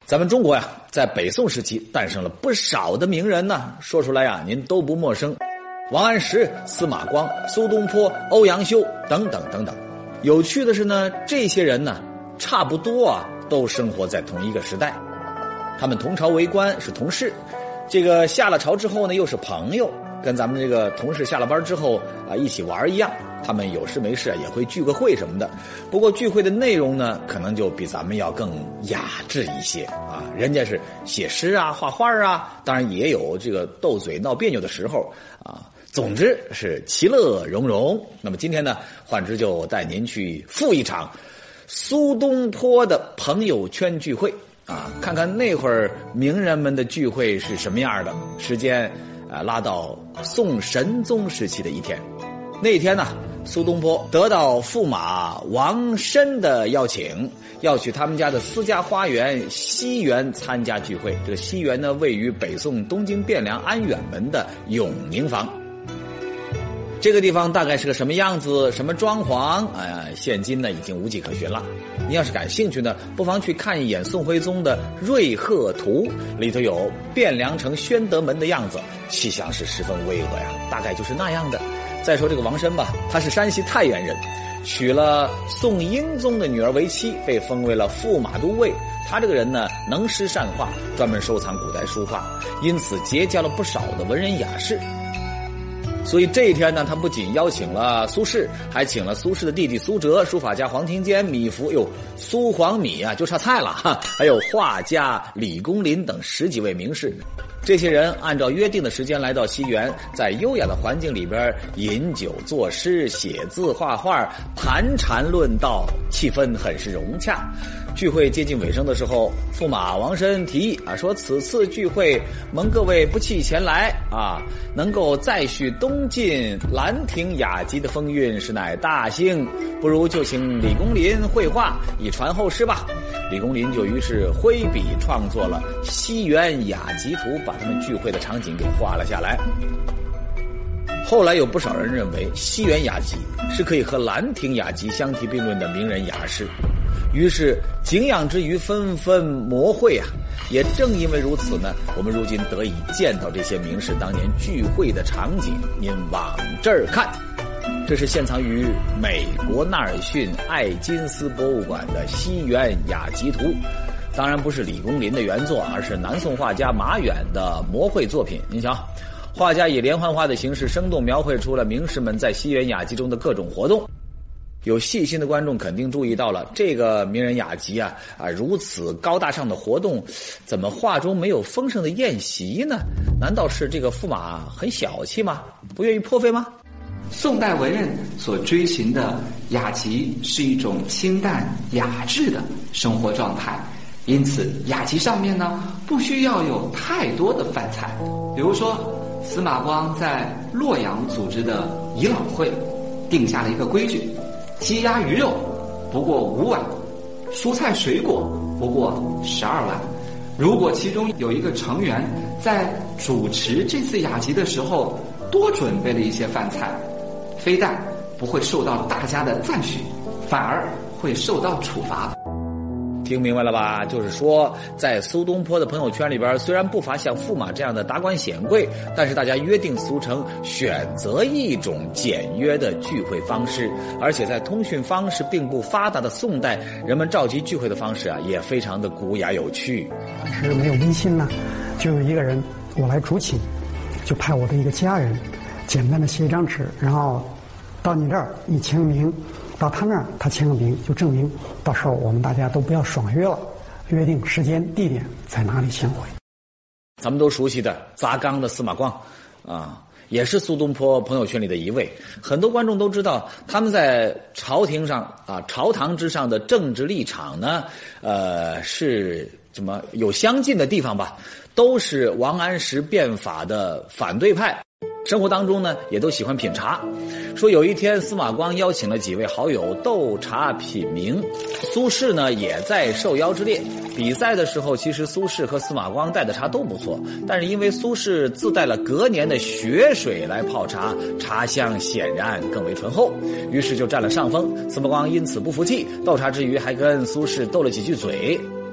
咱们中国呀，在北宋时期诞生了不少的名人呢，说出来呀，您都不陌生。王安石、司马光、苏东坡、欧阳修等等等等。有趣的是呢，这些人呢，差不多啊，都生活在同一个时代。他们同朝为官，是同事。这个下了朝之后呢，又是朋友，跟咱们这个同事下了班之后啊，一起玩一样。他们有事没事也会聚个会什么的，不过聚会的内容呢，可能就比咱们要更雅致一些啊。人家是写诗啊、画画啊，当然也有这个斗嘴闹别扭的时候啊。总之是其乐融融。那么今天呢，焕之就带您去赴一场苏东坡的朋友圈聚会啊，看看那会儿名人们的聚会是什么样的。时间拉到宋神宗时期的一天。那一天呢，苏东坡得到驸马王申的邀请，要去他们家的私家花园西园参加聚会。这个西园呢，位于北宋东京汴梁安远门的永宁坊。这个地方大概是个什么样子，什么装潢，现今呢已经无迹可寻了。你要是感兴趣呢，不妨去看一眼宋徽宗的《瑞鹤图》，里头有汴梁城宣德门的样子，气象是十分巍峨呀，大概就是那样的。再说这个王申吧，他是山西太原人，娶了宋英宗的女儿为妻，被封为了驸马都尉。他这个人呢，能诗善画，专门收藏古代书画，因此结交了不少的文人雅士。所以这一天呢，他不仅邀请了苏轼，还请了苏轼的弟弟苏辙、书法家黄庭坚、米芾，苏黄米啊，就差菜了哈，还有画家李公麟等10几位名士。这些人按照约定的时间来到西园，在优雅的环境里边饮酒作诗、写字画画、谈禅论道，气氛很是融洽。聚会接近尾声的时候，驸马王申提议说此次聚会蒙各位不弃前来能够再续东晋兰亭雅集的风韵，实乃大幸，不如就请李公麟绘画以传后世吧。李公麟就于是挥笔创作了《西园雅集图》，把他们聚会的场景给画了下来。后来有不少人认为西园雅集是可以和兰亭雅集相提并论的名人雅士，于是敬仰之余纷纷摹绘也正因为如此呢，我们如今得以见到这些名士当年聚会的场景。您往这儿看，这是现藏于美国纳尔逊艾金斯博物馆的西园雅集图，当然不是李公麟的原作，而是南宋画家马远的摹绘作品。您瞧，画家以连环画的形式生动描绘出了名士们在西园雅集中的各种活动。有细心的观众肯定注意到了，这个名人雅集如此高大上的活动，怎么画中没有丰盛的宴席呢？难道是这个驸马很小气吗？不愿意破费吗？ 宋代文人所追寻的雅集是一种清淡雅致的生活状态，因此雅集上面呢，不需要有太多的饭菜。比如说司马光在洛阳组织的颐老会定下了一个规矩，鸡鸭鱼肉不过5碗，蔬菜水果不过12碗。如果其中有一个成员在主持这次雅集的时候多准备了一些饭菜，非但不会受到大家的赞许，反而会受到处罚。 听明白了吧？就是说，在苏东坡的朋友圈里边，虽然不乏像驸马这样的达官显贵，但是大家约定俗成，选择一种简约的聚会方式。而且在通讯方式并不发达的宋代，人们召集聚会的方式也非常的古雅有趣。 但是没有微信呢，就有一个人我来主请，就派我的一个家人简单的写一张纸，然后到你这儿你签个名，到他那儿他签个名，就证明到时候我们大家都不要爽约了，约定时间地点在哪里相会。 咱们都熟悉的砸缸的司马光也是苏东坡朋友圈里的一位。很多观众都知道，他们在朝廷上朝堂之上的政治立场呢是怎么有相近的地方吧，都是王安石变法的反对派。生活当中呢，也都喜欢品茶。说有一天司马光邀请了几位好友斗茶品茗，苏轼呢也在受邀之列。比赛的时候，其实苏轼和司马光带的茶都不错，但是因为苏轼自带了隔年的雪水来泡茶，茶香显然更为醇厚，于是就占了上风。司马光因此不服气，斗茶之余还跟苏轼斗了几句嘴。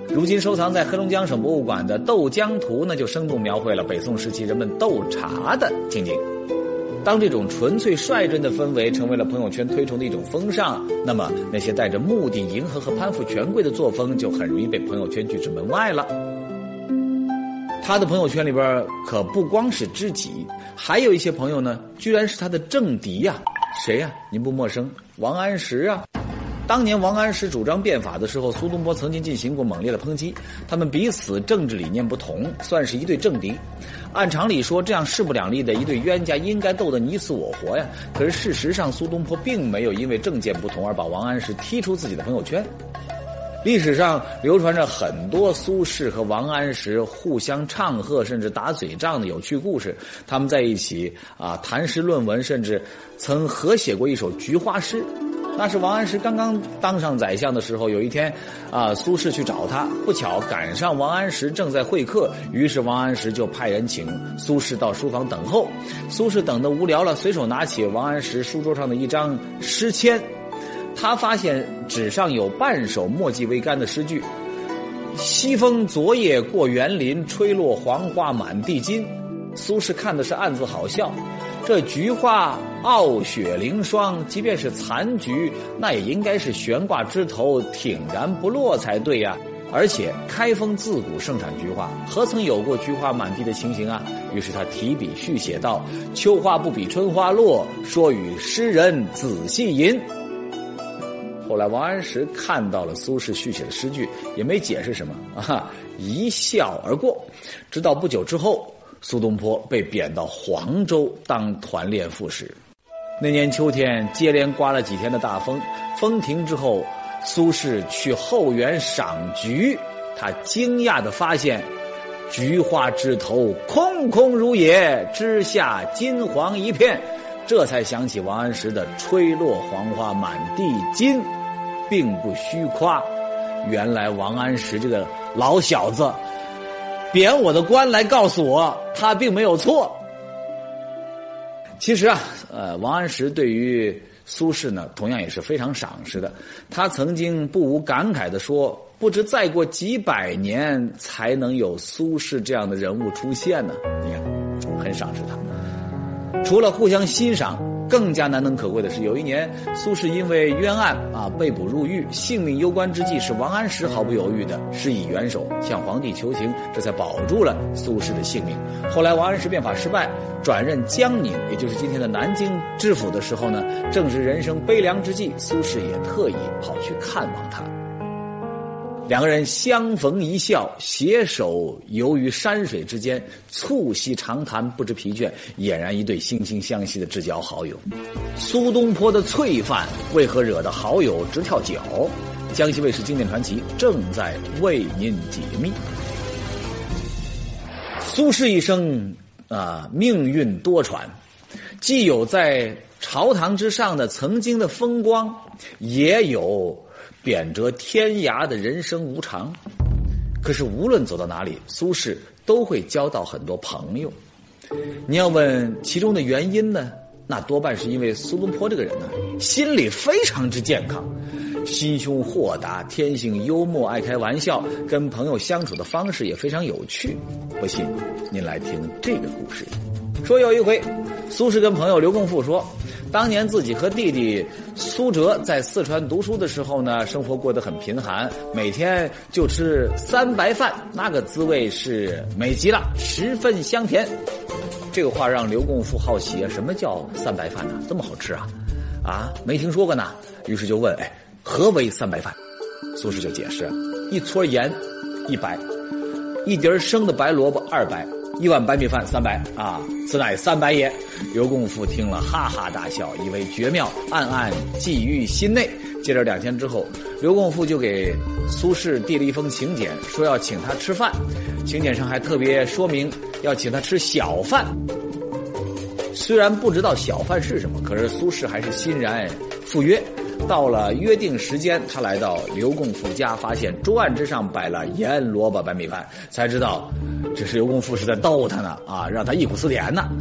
如今收藏在黑龙江省博物馆的《斗江图》呢，就生动描绘了北宋时期人们斗茶的情景。当这种纯粹率真的氛围成为了朋友圈推崇的一种风尚，那么那些带着目的迎合和攀附权贵的作风就很容易被朋友圈拒之门外了。他的朋友圈里边可不光是知己，还有一些朋友呢，居然是他的政敌呀。谁呀？您不陌生，王安石啊。当年王安石主张变法的时候，苏东坡曾经进行过猛烈的抨击，他们彼此政治理念不同，算是一对政敌。按常理说，这样势不两立的一对冤家应该斗得你死我活呀。可是事实上，苏东坡并没有因为政见不同而把王安石踢出自己的朋友圈。历史上流传着很多苏轼和王安石互相唱和甚至打嘴仗的有趣故事，他们在一起谈诗论文，甚至曾合写过一首菊花诗。那是王安石刚刚当上宰相的时候，有一天苏轼去找他，不巧赶上王安石正在会客，于是王安石就派人请苏轼到书房等候。苏轼等得无聊了，随手拿起王安石书桌上的一张诗签，他发现纸上有半首墨迹未干的诗句：西风昨夜过园林，吹落黄花满地金。苏轼看的是暗自好笑，这菊花傲雪凌霜，即便是残菊，那也应该是悬挂枝头，挺然不落才对呀。而且开封自古盛产菊花，何曾有过菊花满地的情形啊？于是他提笔续写道：秋花不比春花落，说与诗人仔细吟。后来王安石看到了苏轼续写的诗句，也没解释什么一笑而过。直到不久之后，苏东坡被贬到黄州当团练副使。那年秋天接连刮了几天的大风，风停之后，苏轼去后园赏菊，他惊讶地发现菊花枝头空空如也，枝下金黄一片，这才想起王安石的吹落黄花满地金并不虚夸。原来王安石这个老小子贬我的官来告诉我，他并没有错。其实王安石对于苏轼呢，同样也是非常赏识的。他曾经不无感慨地说，不知再过几百年才能有苏轼这样的人物出现呢。你看，很赏识他。除了互相欣赏，更加难能可贵的是，有一年苏轼因为冤案被捕入狱，性命攸关之际，是王安石毫不犹豫的施以援手，向皇帝求情，这才保住了苏轼的性命。后来王安石变法失败，转任江宁，也就是今天的南京知府的时候呢，正值人生悲凉之际，苏轼也特意跑去看望他。两个人相逢一笑，携手游于山水之间，促膝长谈不知疲倦，俨然一对惺惺相惜的至交好友。苏东坡的淬饭为何惹得好友直跳脚？江西卫视经典传奇正在为您解密。苏轼一生命运多舛，既有在朝堂之上的曾经的风光，也有贬谪天涯的人生无常。可是无论走到哪里，苏轼都会交到很多朋友。你要问其中的原因呢，那多半是因为苏东坡这个人呢，心理非常之健康，心胸豁达，天性幽默，爱开玩笑，跟朋友相处的方式也非常有趣。不信您来听这个故事。说有一回，苏轼跟朋友刘共富说，当年自己和弟弟苏辙在四川读书的时候呢，生活过得很贫寒，每天就吃3白饭，那个滋味是美极了，十分香甜。这个话让刘共富好奇什么叫3白饭呢？这么好吃啊？没听说过呢。于是就问，何为3白饭？苏轼就解释，一撮盐1白，一碟生的白萝卜2白，1碗白米饭3白此乃3白也。刘共富听了哈哈大笑，以为绝妙，暗暗记于心内。接着2天之后，刘共富就给苏轼递了一封请柬，说要请他吃饭。请柬上还特别说明要请他吃小饭。虽然不知道小饭是什么，可是苏轼还是欣然赴约。到了约定时间，他来到刘共富家，发现桌案之上摆了盐萝卜白米饭，才知道这是刘共富是在逗他呢让他忆苦思甜呢。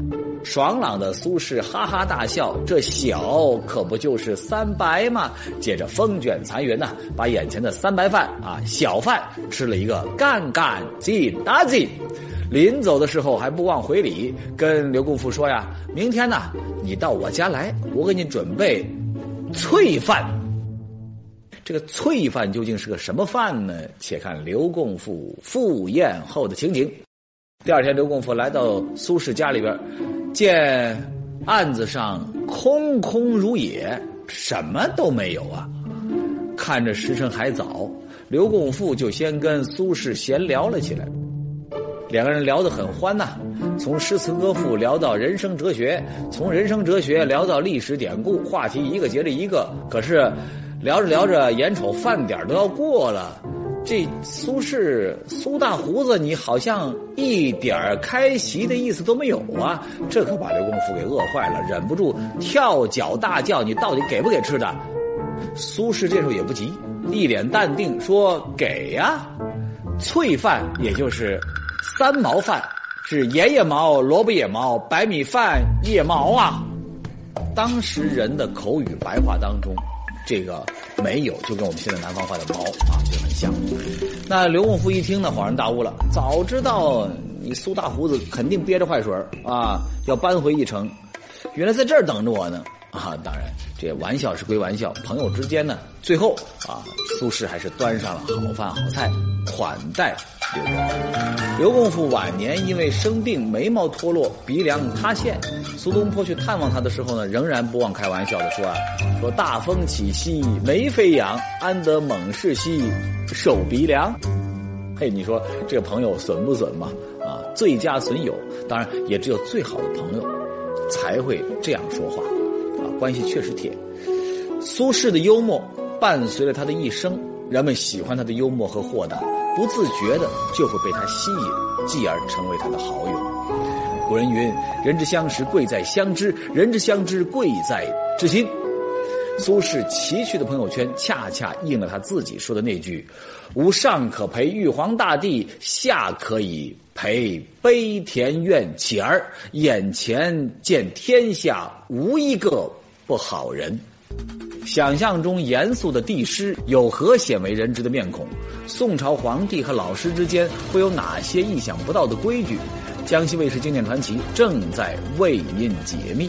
爽朗的苏轼哈哈大笑，这小可不就是300吗？接着风卷残云呐，把眼前的300饭小饭吃了一个干干净大净。临走的时候还不忘回礼，跟刘公父说呀，明天呢你到我家来，我给你准备翠饭。这个翠饭究竟是个什么饭呢？且看刘公父赴宴后的情景。第二天，刘公父来到苏轼家里边，见案子上空空如也，什么都没有啊。看着时辰还早，刘公父就先跟苏轼闲聊了起来。两个人聊得很欢呐，从诗词歌赋聊到人生哲学，从人生哲学聊到历史典故，话题一个接着一个。可是聊着聊着，眼瞅饭点都要过了，这苏大胡子，你好像一点开席的意思都没有啊！这可把刘公父给饿坏了，忍不住跳脚大叫：“你到底给不给吃的？”苏轼这时候也不急，一脸淡定说：“给呀！翠饭也就是3毛饭，是盐叶毛、萝卜叶毛、白米饭叶毛啊。”当时人的口语白话当中，这个没有就跟我们现在南方话的毛就很像。那刘公父一听呢，恍然大悟了，早知道你苏大胡子肯定憋着坏水要搬回驿城，原来在这儿等着我呢当然这玩笑是归玩笑，朋友之间呢，最后苏轼还是端上了好饭好菜款待刘公父。刘公父晚年因为生病，眉毛脱落，鼻梁塌陷。苏东坡去探望他的时候呢，仍然不忘开玩笑的说大风起兮眉飞扬，安得猛士兮受鼻梁。嘿，你说这个朋友损不损嘛？最佳损友，当然也只有最好的朋友才会这样说话关系确实铁。苏轼的幽默伴随了他的一生，人们喜欢他的幽默和豁达，不自觉的就会被他吸引，继而成为他的好友。古人云：人之相识，贵在相知；人之相知，贵在知心。苏轼崎岖的朋友圈恰恰应了他自己说的那句：吾上可陪玉皇大帝，下可以陪悲田院乞儿，眼前见天下无一个不好人。想象中严肃的帝师有何鲜为人知的面孔？宋朝皇帝和老师之间会有哪些意想不到的规矩？江西卫视经典传奇正在为您解密。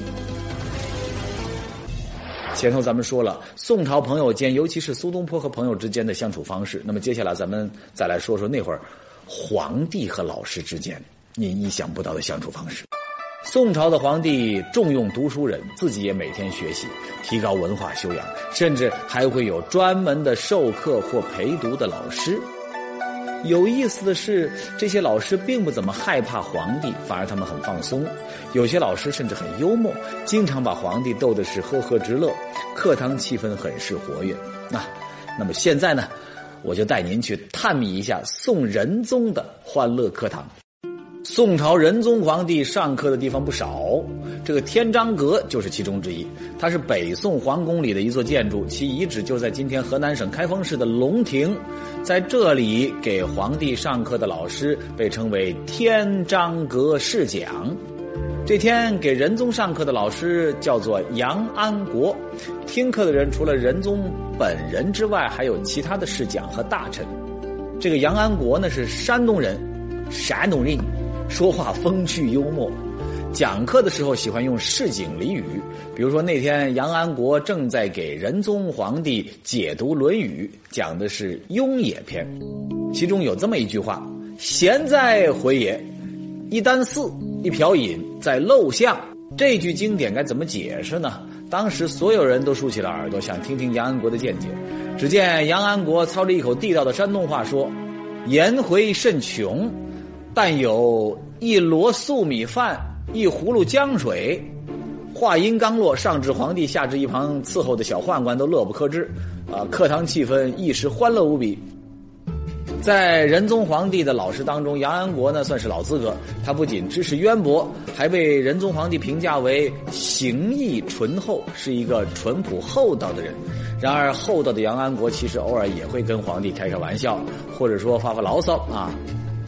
前头咱们说了宋朝朋友间，尤其是苏东坡和朋友之间的相处方式，那么接下来咱们再来说说那会儿皇帝和老师之间您意想不到的相处方式。宋朝的皇帝重用读书人，自己也每天学习，提高文化修养，甚至还会有专门的授课或陪读的老师。有意思的是，这些老师并不怎么害怕皇帝，反而他们很放松。有些老师甚至很幽默，经常把皇帝逗得是呵呵直乐，课堂气氛很是活跃。那么现在呢，我就带您去探秘一下宋仁宗的欢乐课堂。宋朝仁宗皇帝上课的地方不少，这个天章阁就是其中之一。它是北宋皇宫里的一座建筑，其遗址就在今天河南省开封市的龙亭。在这里给皇帝上课的老师被称为天章阁侍讲。这天给仁宗上课的老师叫做杨安国，听课的人除了仁宗本人之外，还有其他的侍讲和大臣。这个杨安国呢是山东人，说话风趣幽默，讲课的时候喜欢用市井俚语。比如说那天杨安国正在给仁宗皇帝解读《论语》，讲的是雍也篇，其中有这么一句话：贤哉回也，一箪食，一瓢饮，在陋巷。这句经典该怎么解释呢？当时所有人都竖起了耳朵，想听听杨安国的见解。只见杨安国操着一口地道的山东话说：颜回甚穷，但有一箩粟米饭，一葫芦浆水。话音刚落，上至皇帝，下至一旁伺候的小宦官都乐不可支课堂气氛一时欢乐无比。在仁宗皇帝的老师当中，杨安国呢算是老资格，他不仅知识渊博，还被仁宗皇帝评价为行义淳厚，是一个淳朴厚道的人。然而厚道的杨安国其实偶尔也会跟皇帝开开玩笑，或者说发发牢骚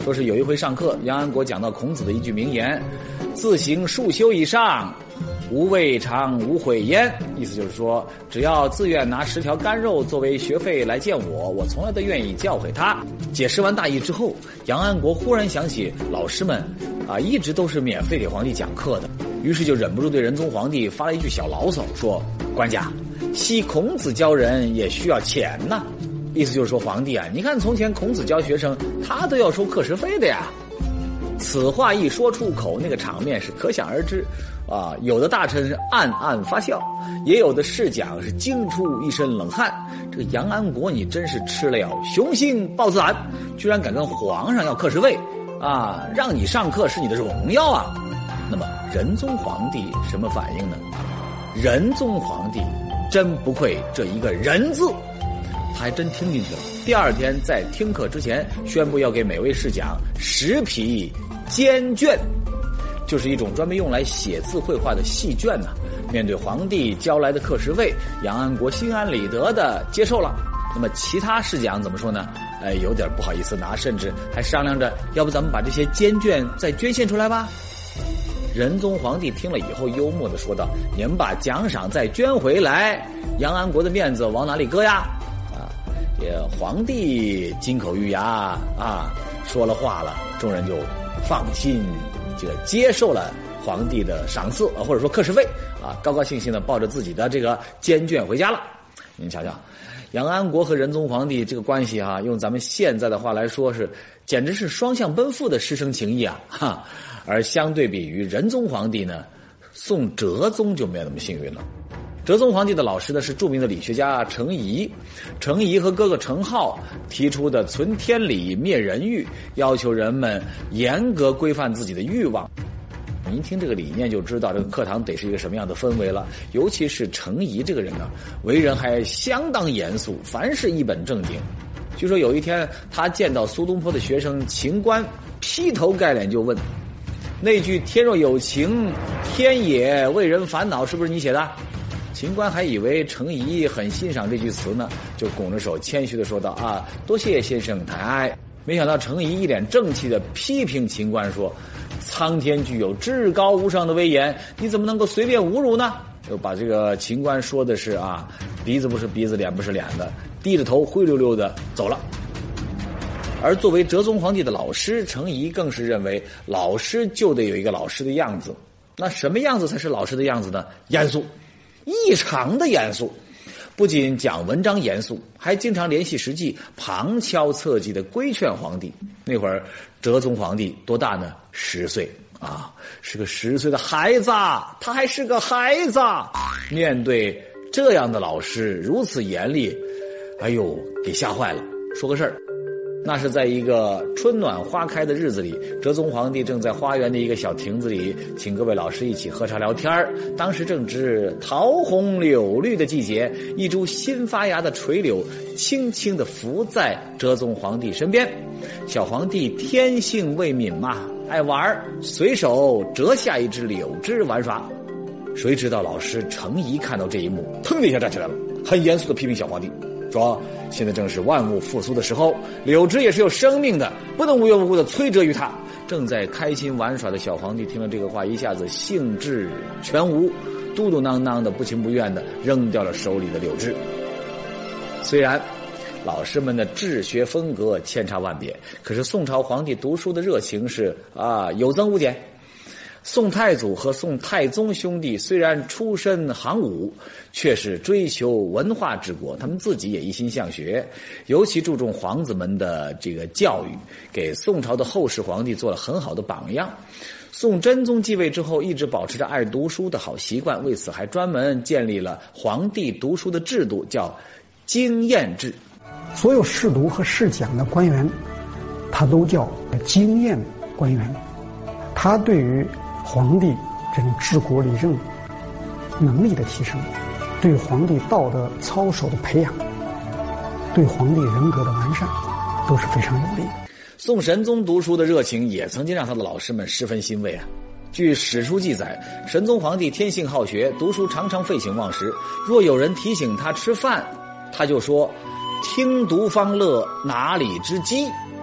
说是有一回上课，杨安国讲到孔子的一句名言：自行数修以上，无未尝无悔焉。意思就是说，只要自愿拿10条干肉作为学费来见我，我从来都愿意教诲他。解释完大意之后，杨安国忽然想起老师们一直都是免费给皇帝讲课的，于是就忍不住对仁宗皇帝发了一句小牢骚，说：官家，昔孔子教人也需要钱呐。意思就是说，皇帝你看从前孔子教学生，他都要收课时费的呀。此话一说出口，那个场面是可想而知有的大臣是暗暗发笑，也有的侍讲是惊出一身冷汗。这个杨安国，你真是吃了雄心豹子胆，居然敢跟皇上要课时费让你上课是你的荣耀啊。那么仁宗皇帝什么反应呢？仁宗皇帝真不愧这一个仁字，他还真听进去了。第二天在听课之前宣布要给每位侍讲10匹笺卷，就是一种专门用来写字绘画的细卷面对皇帝交来的课时费，杨安国心安理得的接受了。那么其他侍讲怎么说呢？有点不好意思拿，甚至还商量着要不咱们把这些笺卷再捐献出来吧。仁宗皇帝听了以后幽默地说道：你们把奖赏再捐回来，杨安国的面子往哪里搁呀？皇帝金口玉牙说了话了，众人就放心接受了皇帝的赏赐或者说课时费高高兴兴的抱着自己的这个笺卷回家了。您瞧瞧，杨安国和仁宗皇帝这个关系用咱们现在的话来说是简直是双向奔赴的师生情谊而相对比于仁宗皇帝呢，宋哲宗就没有那么幸运了。哲宗皇帝的老师呢是著名的理学家程颐，程颐和哥哥程颢提出的存天理灭人欲，要求人们严格规范自己的欲望。您听这个理念就知道这个课堂得是一个什么样的氛围了。尤其是程颐这个人为人还相当严肃，凡事一本正经。据说有一天他见到苏东坡的学生秦观，劈头盖脸就问：那句天若有情天也为人烦恼是不是你写的？秦观还以为程颐很欣赏这句词呢，就拱着手谦虚地说道：多谢先生抬爱。没想到程颐一脸正气地批评秦观说：苍天具有至高无上的威严，你怎么能够随便侮辱呢？就把这个秦观说的是鼻子不是鼻子，脸不是脸的，低着头灰溜溜的走了。而作为哲宗皇帝的老师，程颐更是认为老师就得有一个老师的样子。那什么样子才是老师的样子呢？严肃，异常的严肃。不仅讲文章严肃，还经常联系实际，旁敲侧击的规劝皇帝。那会儿哲宗皇帝多大呢？10岁是个10岁的孩子，他还是个孩子。面对这样的老师如此严厉，给吓坏了。说个事儿，那是在一个春暖花开的日子里，哲宗皇帝正在花园的一个小亭子里，请各位老师一起喝茶聊天。当时正值桃红柳绿的季节，一株新发芽的垂柳轻轻地浮在哲宗皇帝身边。小皇帝天性未泯爱玩，随手折下一枝柳枝玩耍。谁知道老师程颐看到这一幕，腾的一下站起来了，很严肃地批评小皇帝说：现在正是万物复苏的时候，柳枝也是有生命的，不能无缘无故的摧折于它。正在开心玩耍的小皇帝听了这个话，一下子兴致全无，嘟嘟囔囔的不情不愿的扔掉了手里的柳枝。虽然老师们的治学风格千差万别，可是宋朝皇帝读书的热情是有增无减。宋太祖和宋太宗兄弟虽然出身行武，却是追求文化治国，他们自己也一心向学，尤其注重皇子们的这个教育，给宋朝的后世皇帝做了很好的榜样。宋真宗继位之后，一直保持着爱读书的好习惯，为此还专门建立了皇帝读书的制度，叫经验制。 所有侍读和侍讲的官员，他都叫经验官员。他对于皇帝这种治国理政能力的提升，对皇帝道德操守的培养，对皇帝人格的完善，都是非常有利的。 宋神宗读书的热情也曾经让他的老师们十分欣慰据史书记载，神宗皇帝天性好学，读书常常废寝忘食，若有人提醒他吃饭，他就说：听读方乐，哪里知饥？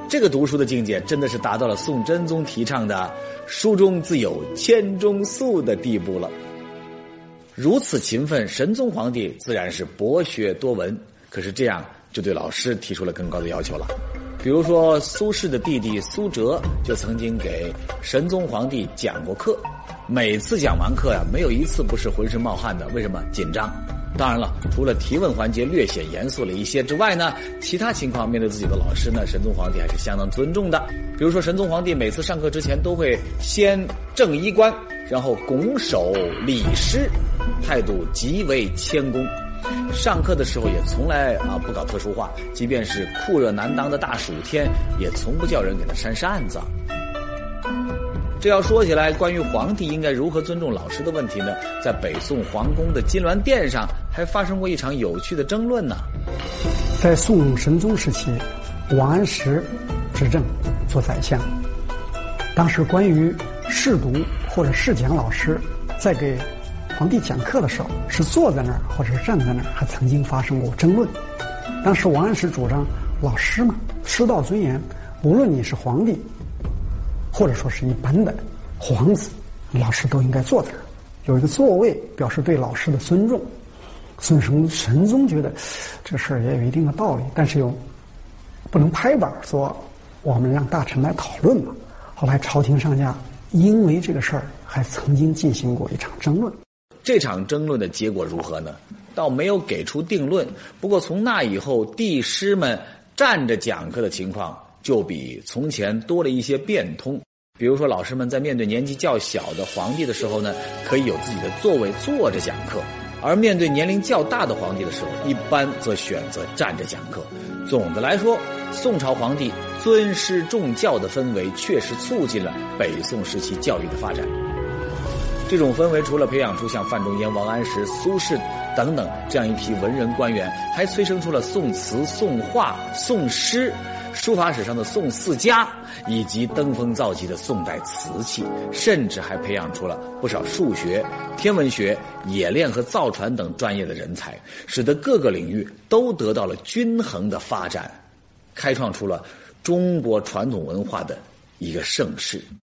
这个读书的境界真的是达到了宋真宗提倡的书中自有千钟粟的地步了。如此勤奋，神宗皇帝自然是博学多闻，可是这样就对老师提出了更高的要求了。比如说苏轼的弟弟苏辙就曾经给神宗皇帝讲过课，每次讲完课呀，没有一次不是浑身冒汗的。为什么？紧张。当然了，除了提问环节略显严肃了一些之外呢，其他情况面对自己的老师呢，神宗皇帝还是相当尊重的。比如说神宗皇帝每次上课之前都会先正衣冠，然后拱手礼师，态度极为谦恭。上课的时候也从来不搞特殊话，即便是酷热难当的大暑天，也从不叫人给他扇扇子。这要说起来，关于皇帝应该如何尊重老师的问题呢，在北宋皇宫的金銮殿上还发生过一场有趣的争论呢。 在宋神宗时期，王安石执政做宰相，当时关于侍读或者侍讲老师在给皇帝讲课的时候是坐在那儿或者是站在那儿，还曾经发生过争论。当时王安石主张老师嘛，师道尊严，无论你是皇帝或者说是一般的皇子，老师都应该坐在这儿，有一个座位表示对老师的尊重。宋神宗觉得这事儿也有一定的道理，但是又不能拍板说我们让大臣来讨论嘛。后来朝廷上下因为这个事儿还曾经进行过一场争论。 这场争论的结果如何呢？倒没有给出定论，不过从那以后帝师们站着讲课的情况就比从前多了一些变通。比如说老师们在面对年纪较小的皇帝的时候呢，可以有自己的座位坐着讲课，而面对年龄较大的皇帝的时候，一般则选择站着讲课。总的来说，宋朝皇帝尊师重教的氛围确实促进了北宋时期教育的发展。这种氛围除了培养出像范仲淹、王安石、苏轼等等这样一批文人官员，还催生出了宋词、宋画、宋诗，书法史上的宋四家，以及登峰造极的宋代瓷器，甚至还培养出了不少数学、天文学、冶炼和造船等专业的人才，使得各个领域都得到了均衡的发展，开创出了中国传统文化的一个盛世。